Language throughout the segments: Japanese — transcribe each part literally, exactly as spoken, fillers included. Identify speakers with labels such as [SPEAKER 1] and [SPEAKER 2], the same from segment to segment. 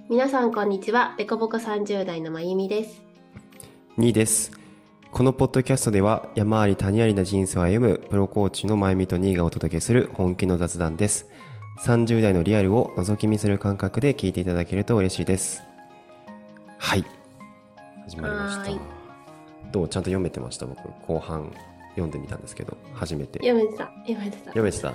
[SPEAKER 1] 皆さんこんにちは。デコボコさんじゅう代のまゆみです。
[SPEAKER 2] にいです。このポッドキャストでは山あり谷ありな人生を歩むプロコーチのまゆみとにいがお届けする本気の雑談です。さんじゅう代のリアルを覗き見する感覚で聞いていただけると嬉しいです。はい、始まりました。どうちゃんと読めてました？僕後半読んでみたんですけど初めて
[SPEAKER 1] 読めてた読めてた
[SPEAKER 2] 読めてた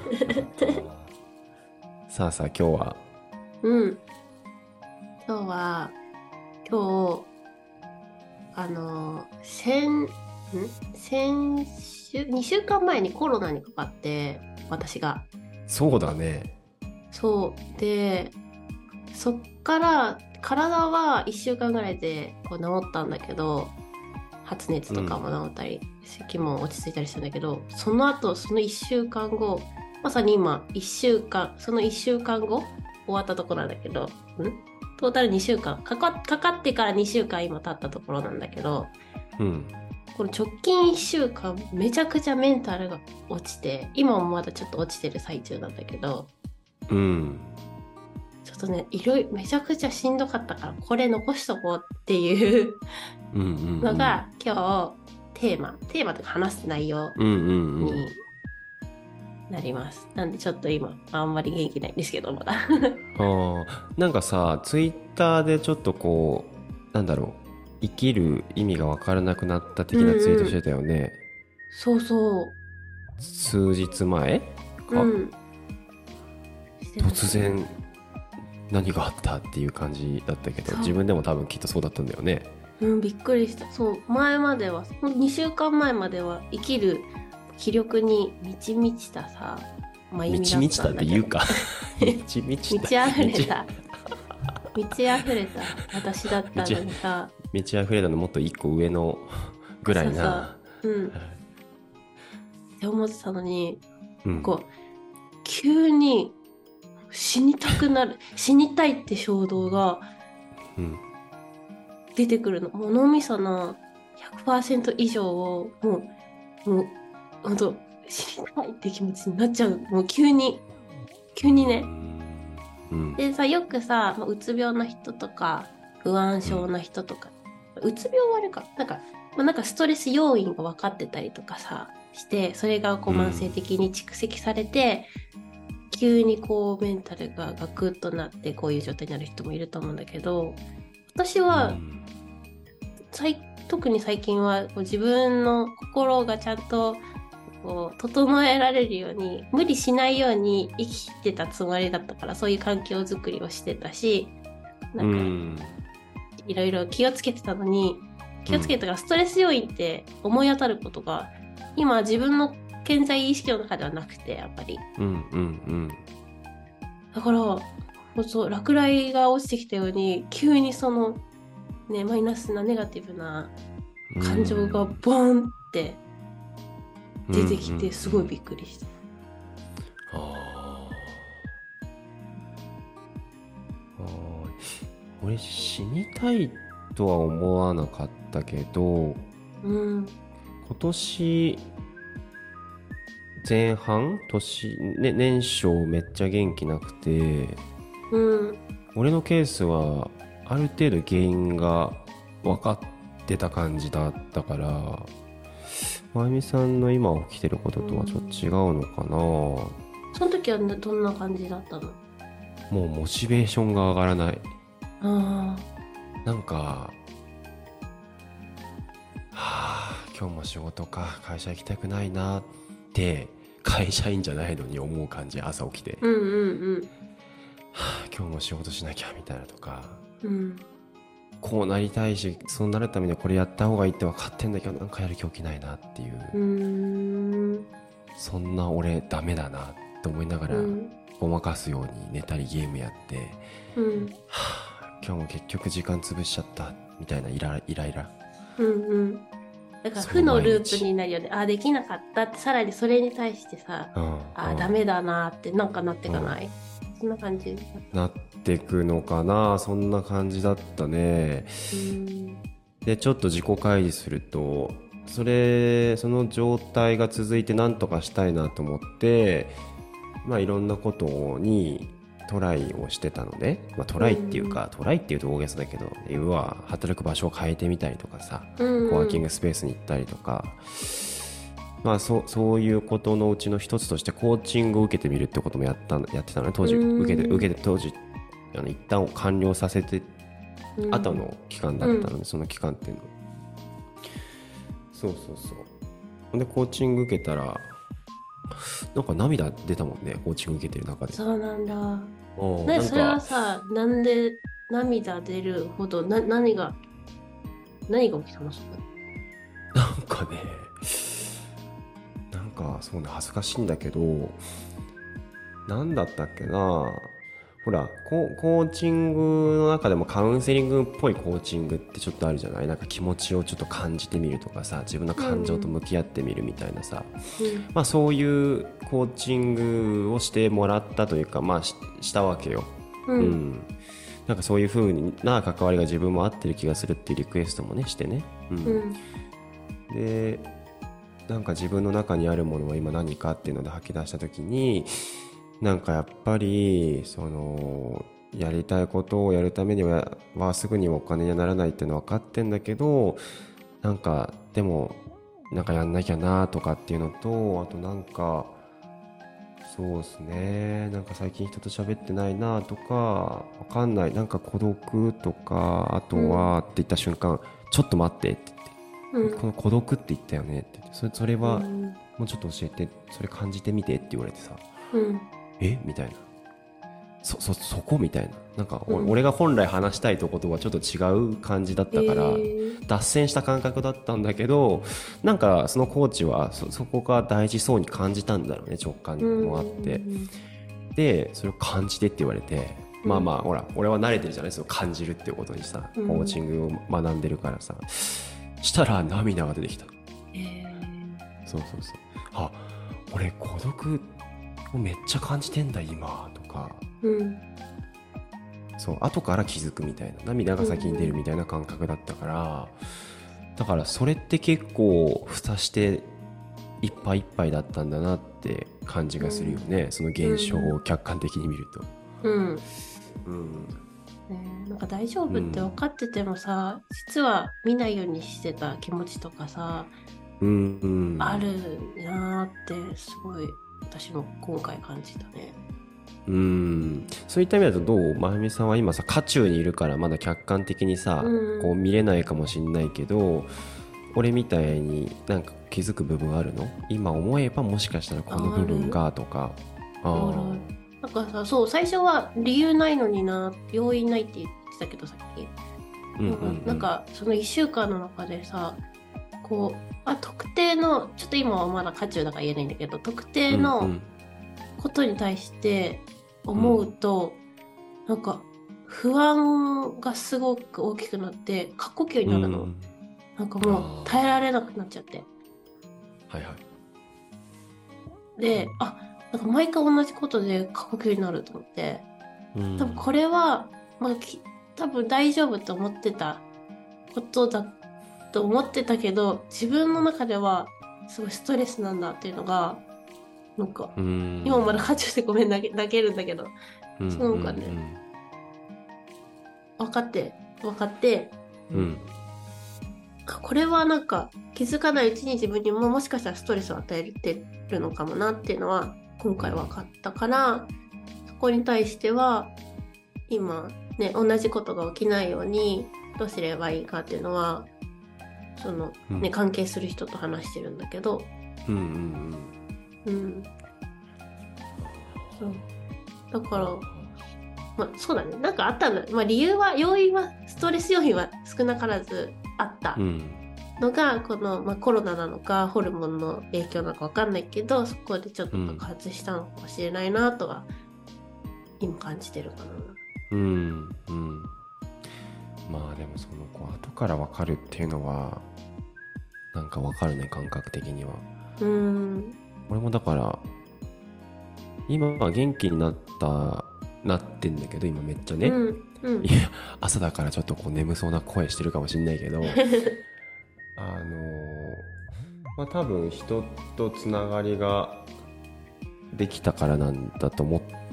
[SPEAKER 2] さあさあ今日は
[SPEAKER 1] うん今日は今日あの先ん先週にしゅうかんまえにコロナにかかって、私が
[SPEAKER 2] そうだね。
[SPEAKER 1] そうでそっから体はいっしゅうかんぐらいでこう治ったんだけど、発熱とかも治ったり、うん、咳も落ち着いたりしたんだけど、その後そのいっしゅうかんご、まさに今いっしゅうかんそのいっしゅうかんご終わったところなんだけど、んトータルにしゅうかんかか、かかってからにしゅうかん今経ったところなんだけど、
[SPEAKER 2] うん、
[SPEAKER 1] この直近いっしゅうかんめちゃくちゃメンタルが落ちて、今もまだちょっと落ちてる最中なんだけど、
[SPEAKER 2] うん
[SPEAKER 1] ちょっとね、いろいろめちゃくちゃしんどかったから、これ残しとこうっていうのが今日テーマ、テーマとか話す内容になります。なんでちょっと今あんまり元気ないんですけどまだ
[SPEAKER 2] あなんかさ、ツイッターでちょっとこうなんだろう、生きる意味が分からなくなった的なツイートしてたよね。うんうん、
[SPEAKER 1] そうそう
[SPEAKER 2] 数日前か、うん、突然何があったっていう感じだったけど、自分でも多分きっとそうだったんだよね。
[SPEAKER 1] うん、びっくりした。そう、前まではにしゅうかんまえまでは生きる気力に満ち満ちたさ、
[SPEAKER 2] まあ、満ち満ちたっていうか満ち満ちた
[SPEAKER 1] 満ち溢れた満ち溢れた私だったのにさ、
[SPEAKER 2] 満ち溢れたのもっと一個上のぐらいな、
[SPEAKER 1] そうそう、うんって思ってたのに、うん、こう急に死にたくなる死にたいって衝動が出てくるの、もう脳みその ひゃくパーセント 以上をもうもうほんと死にたいって気持ちになっちゃう。もう急に急にね、うん、でさ、よくさ、まあ、うつ病の人とか不安症の人とか、うん、うつ病はあれかなんか、まあ、なんかストレス要因が分かってたりとかさして、それがこう慢性的に蓄積されて、うん、急にこうメンタルがガクッとなってこういう状態になる人もいると思うんだけど、私は、うん、特に最近はこう自分の心がちゃんとこう整えられるように無理しないように生きてたつもりだったから、そういう環境づくりをしてたし、なんかいろいろ気をつけてたのに、気をつけてたからストレス要因って思い当たることが今自分の健在意識の中ではなくて、やっぱり、うんうんうん、だからそう落雷が落ちてきたように急にそのねマイナスなネガティブな感情がボンって出てきて、すごいびっくりした。うんうんうん、あ
[SPEAKER 2] あ俺死にたいとは思わなかったけど、うん、今年前半年、ね、年初めっちゃ元気なくて、うん、俺のケースはある程度原因が分かってた感じだったから、まゆみさんの今起きてることとはちょっと違うのかな、うん、
[SPEAKER 1] その時はどんな感じだったの？
[SPEAKER 2] もうモチベーションが上がらない。
[SPEAKER 1] あ
[SPEAKER 2] なんか、はあ、今日も仕事か、会社行きたくないなって会社員じゃないのに思う感じ。朝起きて、
[SPEAKER 1] うんうんうん、
[SPEAKER 2] はあ、今日も仕事しなきゃみたいなとか、
[SPEAKER 1] うん、
[SPEAKER 2] こうなりたいし、そうなるためにはこれやった方がいいって分かってんだけど、なんかやる気起きないなっていう、うーん、そんな俺ダメだなと思いながら、うん、ごまかすように寝たりゲームやって、うん、はあ、今日も結局時間潰しちゃったみたいなイライライラ、
[SPEAKER 1] うんうん、だから負のループになるよね。あ、できなかったって、さらにそれに対してさ、うん、あ、ダメだなってなんかなってかない、うん、そんな感じ
[SPEAKER 2] なってくのかな。そんな感じだったね。うん、でちょっと自己開示すると、それその状態が続いて何とかしたいなと思って、まあいろんなことにトライをしてたので、まあ、トライっていうか、うん、トライっていうと大げさだけど要は働く場所を変えてみたりとかさ、うんうん、コワーキングスペースに行ったりとか、まあ、そ, そういうことのうちの一つとしてコーチングを受けてみるってこともやったやってたのね当時、うん、受けて受けて当時あの一旦完了させて後の期間だったので、うん、その期間っていうのそうそうそうでコーチング受けたらなんか涙出たもんねコーチング受けてる中で。
[SPEAKER 1] そうなんだ。ね、それはさなんで涙出るほどな何が何が起きたのそれ。
[SPEAKER 2] なんかねなんかそうね恥ずかしいんだけどなんだったっけなほら コ, コーチングの中でもカウンセリングっぽいコーチングってちょっとあるじゃないなんか気持ちをちょっと感じてみるとかさ自分の感情と向き合ってみるみたいなさ、うんまあ、そういうコーチングをしてもらったというかまあ し, したわけよ、うんうん、なんかそういう風な関わりが自分も合ってる気がするっていうリクエストもねしてね、うんうん、でなんか自分の中にあるものは今何かっていうので吐き出した時になんかやっぱりそのやりたいことをやるためには、はすぐにお金にはならないっていうのは分かってんだけどなんかでもなんかやんなきゃなとかっていうのとあとなんかそうですねなんか最近人と喋ってないなとか分かんないなんか孤独とかあとは、うん、って言った瞬間ちょっと待ってって言って、うん、この孤独って言ったよねって言ってそれ、それはもうちょっと教えてそれ感じてみてって言われてさ、うんえみたいな そ, そ, そこみたいななんか、うん、俺が本来話したいとことはちょっと違う感じだったから、えー、脱線した感覚だったんだけどなんかそのコーチは そ, そこが大事そうに感じたんだろうね直感もあって、うん、でそれを感じてって言われて、うん、まあまあほら俺は慣れてるじゃないその感じるっていうことにさ、うん、コーチングを学んでるからさしたら涙が出てきた、えー、そうそうそうあ俺孤独めっちゃ感じてんだ今とか、うん、そう後から気づくみたいな涙が先に出るみたいな感覚だったから、うん、だからそれって結構蓋していっぱいいっぱいだったんだなって感じがするよね、うん、その現象を客観的に見るとうん、
[SPEAKER 1] うんね、なんか大丈夫って分かっててもさ、うん、実は見ないようにしてた気持ちとかさ、うんうん、あるなってすごい私も今回感じたね。
[SPEAKER 2] うーんそういった意味だとどうまゆみさんは今さ渦中にいるからまだ客観的にさ、うん、こう見れないかもしんないけど俺みたいになんか気づく部分あるの今思えばもしかしたらこの部分がとかああ
[SPEAKER 1] なんかさそう最初は理由ないのにな要因ないって言ってたけどさっき、うんうんうん、なんかそのいっしゅうかんの中でさこうあ特定のちょっと今はまだ渦中だから言えないんだけど特定のことに対して思うと、うん、なんか不安がすごく大きくなって過呼吸になるの、うん、なんかもう耐えられなくなっちゃってはいはいであなんか毎回同じことで過呼吸になると思って、うん、多分これは、まあ、多分大丈夫と思ってたことだと思ってたけど自分の中ではすごいストレスなんだっていうのがなんかうん今まだ渦中でごめん泣け、泣けるんだけど、うん、そうかね、うん、分かって分かって、うん、これはなんか気づかないうちに自分にももしかしたらストレスを与えてるのかもなっていうのは今回分かったから、そこに対しては今ね同じことが起きないようにどうすればいいかっていうのはその、ねうん、関係する人と話してるんだけどうんうんうんうんそうだからまあそうだねなんかあったんだ、まあ、理由は要因はストレス要因は少なからずあったのが、うん、この、まあ、コロナなのかホルモンの影響なのか分かんないけどそこでちょっと爆発したのかもしれないなとは今感じてるかなうんうん
[SPEAKER 2] まあでもそのこう後から分かるっていうのはなんか分かるね感覚的にはうん俺もだから今は元気になったなってんだけど今めっちゃね、うんうん、いや朝だからちょっとこう眠そうな声してるかもしんないけどあのまあ多分人とつながりができたからなんだと思っ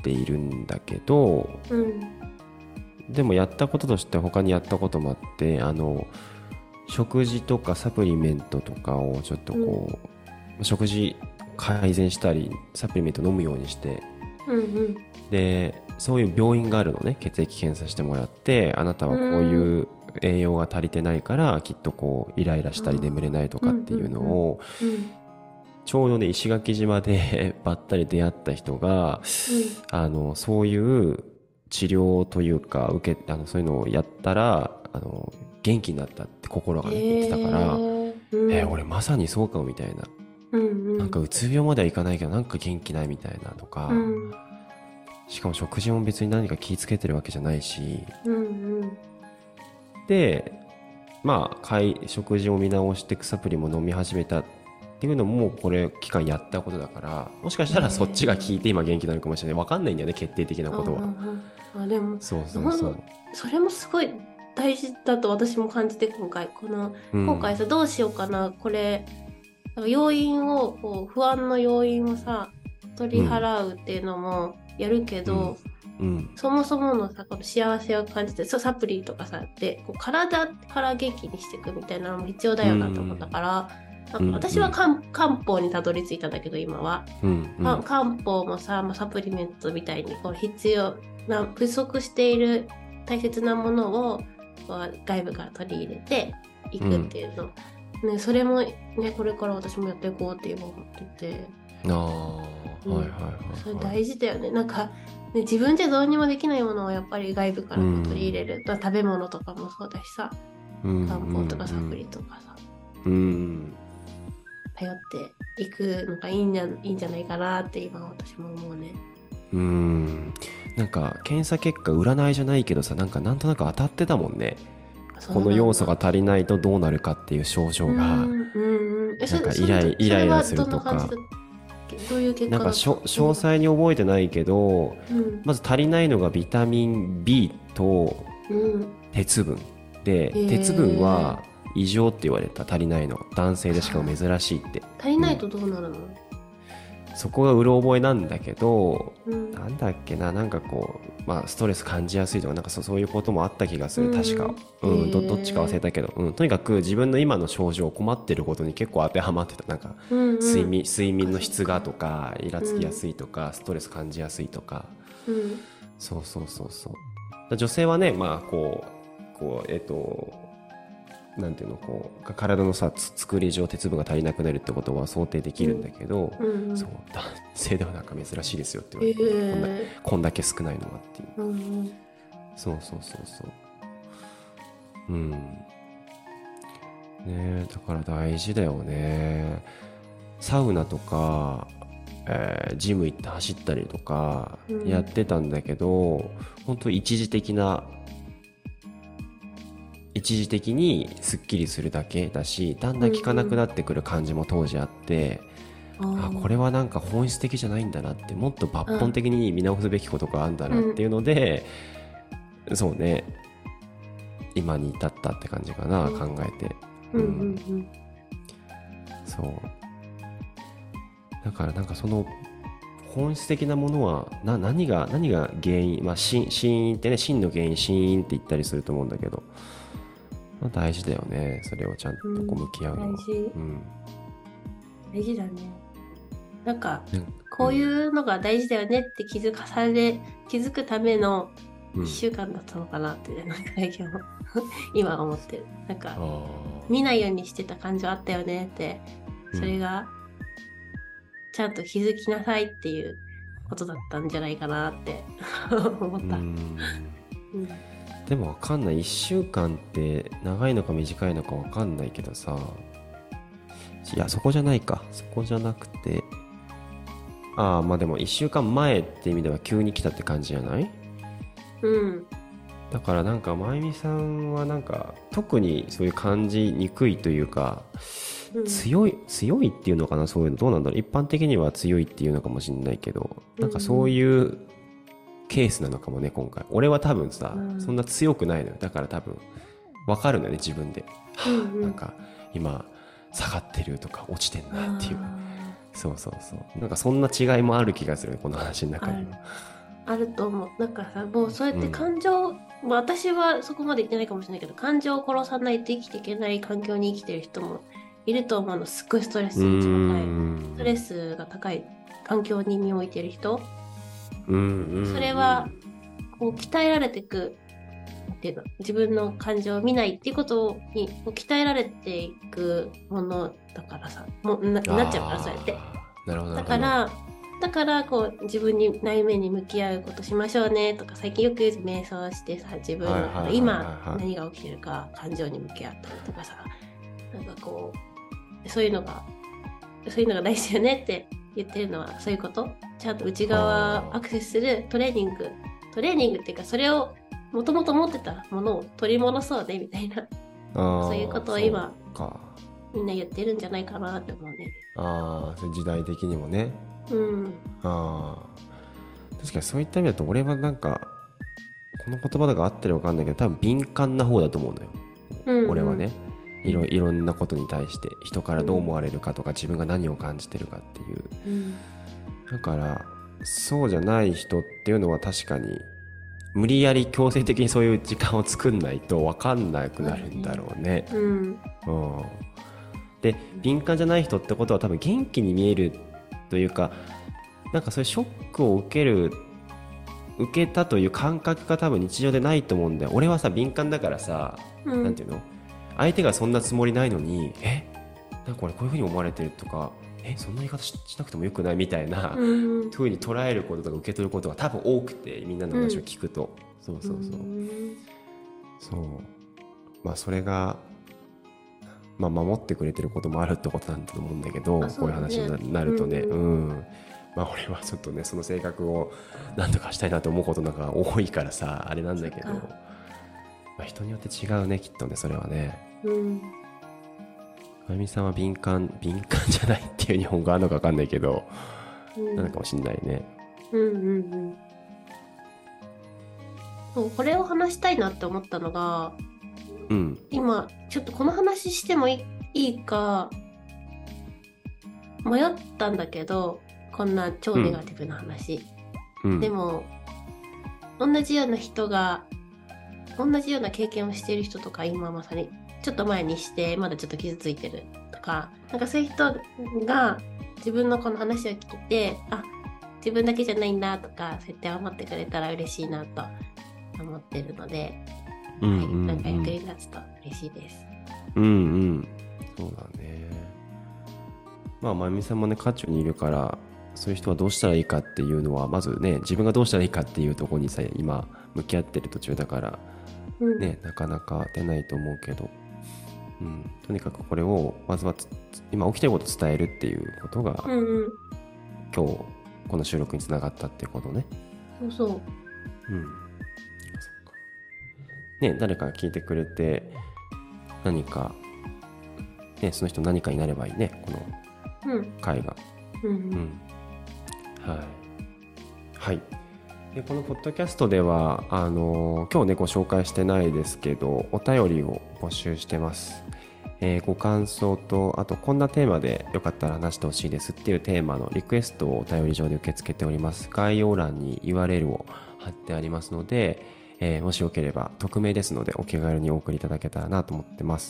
[SPEAKER 2] っているんだけど、
[SPEAKER 1] うん、
[SPEAKER 2] でもやったこととして他にやったこともあって、あの食事とかサプリメントとかをちょっとこう、うん、食事改善したりサプリメント飲むようにして、
[SPEAKER 1] うんうん、
[SPEAKER 2] でそういう病院があるのね。血液検査してもらって、あなたはこういう栄養が足りてないからきっとこうイライラしたり眠れないとかっていうのを、ちょうどね石垣島でばったり出会った人が、うん、あのそういう治療というか受けあのそういうのをやったらあの元気になったって心がね言ってたから、えーうん、えー、俺まさにそうかもみたいな、うんうん、なんかうつ病まではいかないけどなんか元気ないみたいなとか、うん、しかも食事も別に何か気ぃつけてるわけじゃないし、うんうん、でまあ食事を見直してサプリも飲み始めたっていうのもこれ期間やったことだから、もしかしたらそっちが効いて今元気なのかもしれない。分かんないんだよね決定的なことは。
[SPEAKER 1] うんうんうん、あでも
[SPEAKER 2] そうそうそう、
[SPEAKER 1] それもすごい大事だと私も感じて、今回この、うん、今回さどうしようかなこれ要因をこう不安の要因をさ取り払うっていうのもやるけど、うんうん、そもそものさこの幸せを感じて、そうサプリとかさでこう体から元気にしていくみたいなのも必要だよなと思ったから、うん、なんか私は漢方にたどり着いたんだけど今は、うんうん、漢方もさ、まあ、サプリメントみたいにこう必要な不足している大切なものを外部から取り入れていくっていうの、うんね、それも、ね、これから私もやっていこうって今思ってて、あ、うん、はいはいはい、はい、それ大事だよね。なんか、ね、自分じゃどうにもできないものをやっぱり外部から取り入れる、うん、食べ物とかもそうだしさ、漢方とかサプリとかさ、うん、頼っていくのがいいんじゃ、いいんじゃないかなって今私も思うね。
[SPEAKER 2] うーん、なんか検査結果占いじゃないけどさ、なんかなんとなく当たってたもんね。この要素が足りないとどうなるかっていう症状が、うんうんうん、なんかイライイライラするとか、
[SPEAKER 1] どういう結果だった？
[SPEAKER 2] なんか詳細に覚えてないけど、うん、まず足りないのがビタミン B と鉄分、うん、で鉄分は異常って言われた。足りないの男性でしかも珍しいって。
[SPEAKER 1] 足りないとどうなるの？うん、
[SPEAKER 2] そこがうろ覚えなんだけど、うん、なんだっけな、なんかこう、まあ、ストレス感じやすいとか、なんか そ, そういうこともあった気がする、確か、うん、ど, どっちか忘れたけど、うん、とにかく自分の今の症状困ってることに結構当てはまってた。なんか、うんうん、睡眠睡眠の質がとか、イラつきやすいとか、うん、ストレス感じやすいとか、うん、そうそうそうそう。女性はね、まあこうこうえっ、ー、となんていうの、こう体のさ作り上鉄分が足りなくなるってことは想定できるんだけど、うんうん、そう男性ではなんか珍しいですよって言われて、えー、こんなこんだけ少ないのはっていう、うんうん、そうそうそうそう、うんね、だから大事だよね。サウナとか、えー、ジム行って走ったりとかやってたんだけど、うん、本当一時的な一時的にスッキリするだけだし、だんだん効かなくなってくる感じも当時あって、うんうん、あ、これはなんか本質的じゃないんだなって、もっと抜本的に見直すべきことがあるんだなっていうので、うん、そうね、今に至ったって感じかな、うん、考えて、うんうんうん、そうだからなんかその本質的なものはな何が何が原因、まあ、死因ってね、真の原因死因って言ったりすると思うんだけど、大事だよね、それをちゃんとこう向き合うのは、うん、大事、うん、
[SPEAKER 1] 大事だね。なんか、うん、こういうのが大事だよねって気づかされ気づくためのいっしゅうかんだったのかなって、ね、うん、なんか今思ってる。なんか見ないようにしてた感じはあったよねって、それがちゃんと気づきなさいっていうことだったんじゃないかなって思った。うん、うん、
[SPEAKER 2] でも分かんない、いっしゅうかんって長いのか短いのか分かんないけどさ、いやそこじゃないか、そこじゃなくて、ああまあでもいっしゅうかんまえって意味では急に来たって感じじゃない？うん。だからなんかまゆみさんはなんか特にそういう感じにくいというか、うん、強い強いっていうのかな、そういうのどうなんだろう、一般的には強いっていうのかもしれないけど、なんかそういうケースなのかもね今回。俺は多分さ、うん、そんな強くないのよ。だから多分分かるのよね自分で、うんうん、なんか今下がってるとか落ちてんなっていう、そうそうそう、なんかそんな違いもある気がするこの話の中には。
[SPEAKER 1] あると思う。なんかさ、もうそうやって感情、うん、まあ私はそこまで言ってないかもしれないけど、感情を殺さないと生きていけない環境に生きてる人もいると思うの。すっごいストレス一番高い。ストレスが高い環境に身を置いてる人。
[SPEAKER 2] うんうんうん、
[SPEAKER 1] それは、こう鍛えられていく、っていうの、自分の感情を見ないっていうことにこう鍛えられていくものだからさ、もう な, なっちゃうから、そうやって。
[SPEAKER 2] なるほど。
[SPEAKER 1] だから、だからこう自分に内面に向き合うことしましょうねとか、最近よく言う瞑想してさ、自分の今何が起きてるか感情に向き合ったりとかさ、なんかこうそういうのがそういうのが大事だよねって言ってるのはそういうこと。ちゃんと内側アクセスするトレーニングトレーニングっていうか、それをもともと持ってたものを取り戻そうねみたいな、そういうことを今みんな言ってるんじゃないかなって思うね。
[SPEAKER 2] ああ、時代的にもね。
[SPEAKER 1] うん、
[SPEAKER 2] あ確かにそういった意味だと、俺はなんかこの言葉だが合ってるか分かんないけど、多分敏感な方だと思うのよ、うんうん、俺はね。いろいろんなことに対して人からどう思われるかとか、自分が何を感じてるかっていう、うん、だからそうじゃない人っていうのは確かに無理やり強制的にそういう時間を作んないと分かんなくなるんだろうね、うんうん、で敏感じゃない人ってことは多分元気に見えるというか、なんかそういうショックを受ける受けたという感覚が多分日常でないと思うんだよ。俺はさ敏感だからさ、うん、なんていうの、相手がそんなつもりないのに、えなんか俺こういう風に思われてるとか、えそんな言い方 し, しなくてもよくないみたいな、うん、風に捉えることとか受け取ることが多分多くて、みんなの話を聞くと、うん、そうそうそう、うん、そう、まあそれが、まあ、守ってくれてることもあるってことなんだと思うんだけど、ね、こういう話になるとね、うん、うん、まあ俺はちょっとねその性格を何とかしたいなと思うことなんか多いからさあれなんだけど、まあ、人によって違うねきっとね、それはね。うん。まゆみさんは敏感敏感じゃないっていう日本語あるのか分かんないけど、うん、なのかもしんないね。うんうんうん。
[SPEAKER 1] そうこれを話したいなって思ったのが、うん、今ちょっとこの話してもいいか迷ったんだけど、こんな超ネガティブな話、うん、でも同じような人が同じような経験をしている人とか、今まさにちょっと前にしてまだちょっと傷ついてるとか、なんかそういう人が自分のこの話を聞いて、あ自分だけじゃないんだとか、そうやって思ってくれたら嬉しいなと思ってるので、うんうんうん、はい、なんか役に立つと嬉しいです。
[SPEAKER 2] うんうん、そうだね。まあまゆみさんもね渦中にいるから、そういう人はどうしたらいいかっていうのはまずね、自分がどうしたらいいかっていうところにさ今向き合ってる途中だからね、うん、なかなか出ないと思うけど、うん、とにかくこれをまずは今起きてることを伝えるっていうことが、うんうん、今日この収録につながったってことね。
[SPEAKER 1] そうそう、うん、
[SPEAKER 2] ね、誰かが聞いてくれて何か、ね、その人何かになればいいね、この会が、うんうんうん、はい、はい。でこのポッドキャストではあの今日ねご紹介してないですけど、お便りを募集してます。えー、ご感想と、あとこんなテーマでよかったら話してほしいですっていうテーマのリクエストをお便り上で受け付けております。概要欄に ユーアールエル を貼ってありますので、えー、もしよければ匿名ですのでお気軽にお送りいただけたらなと思ってます。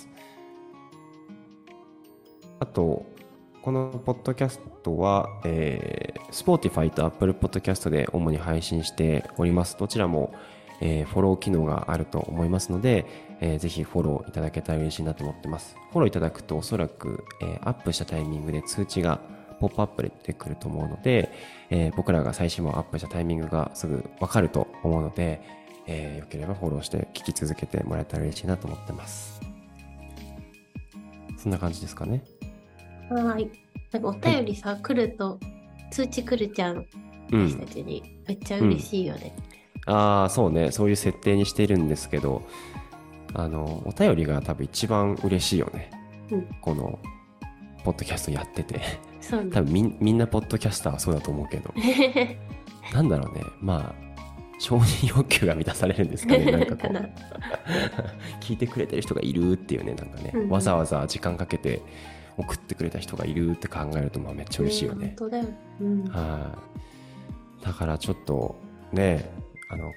[SPEAKER 2] あとこのポッドキャストは、えー、Spotify と Apple Podcast で主に配信しております。どちらも、えー、フォロー機能があると思いますので、えー、ぜひフォローいただけたら嬉しいなと思ってます。フォローいただくとおそらく、えー、アップしたタイミングで通知がポップアップで出てくると思うので、えー、僕らが最新話をアップしたタイミングがすぐわかると思うので、えー、よければフォローして聞き続けてもらえたら嬉しいなと思ってます。そんな感じですかね。
[SPEAKER 1] はい。なんかお便りさ、はい、来ると通知来るじゃん、私たちに、うん、めっちゃ嬉しいよね、
[SPEAKER 2] うん、ああそうね、そういう設定にしてるんですけど、あのお便りが多分一番嬉しいよね、うん、このポッドキャストやっててそう、ね、多分 み, みんなポッドキャスターはそうだと思うけどなんだろうね、まあ承認欲求が満たされるんですかね、なんかこう聞いてくれてる人がいるっていうね、なんかね、うんうん、わざわざ時間かけて送ってくれた人がいるって考えると、まあめっちゃ嬉しいよね。
[SPEAKER 1] 本当だよ、うん、
[SPEAKER 2] はだからちょっとね、あの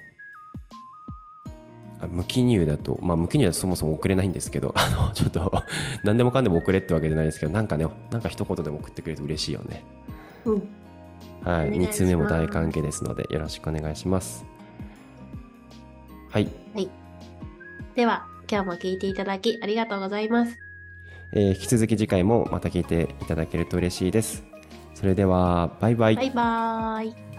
[SPEAKER 2] 無記入だと、まあ無記入だとそもそも送れないんですけど、あのちょっと何でもかんでも送れってわけじゃないですけど、なんかね、なんか一言でも送ってくれると嬉しいよね。
[SPEAKER 1] うん。
[SPEAKER 2] はい、に通目も大歓迎ですのでよろしくお願いします。はい。
[SPEAKER 1] はい。では今日も聞いていただきありがとうございます。
[SPEAKER 2] えー、引き続き次回もまた聞いていただけると嬉しいです。それではバイバイ。
[SPEAKER 1] バイバーイ。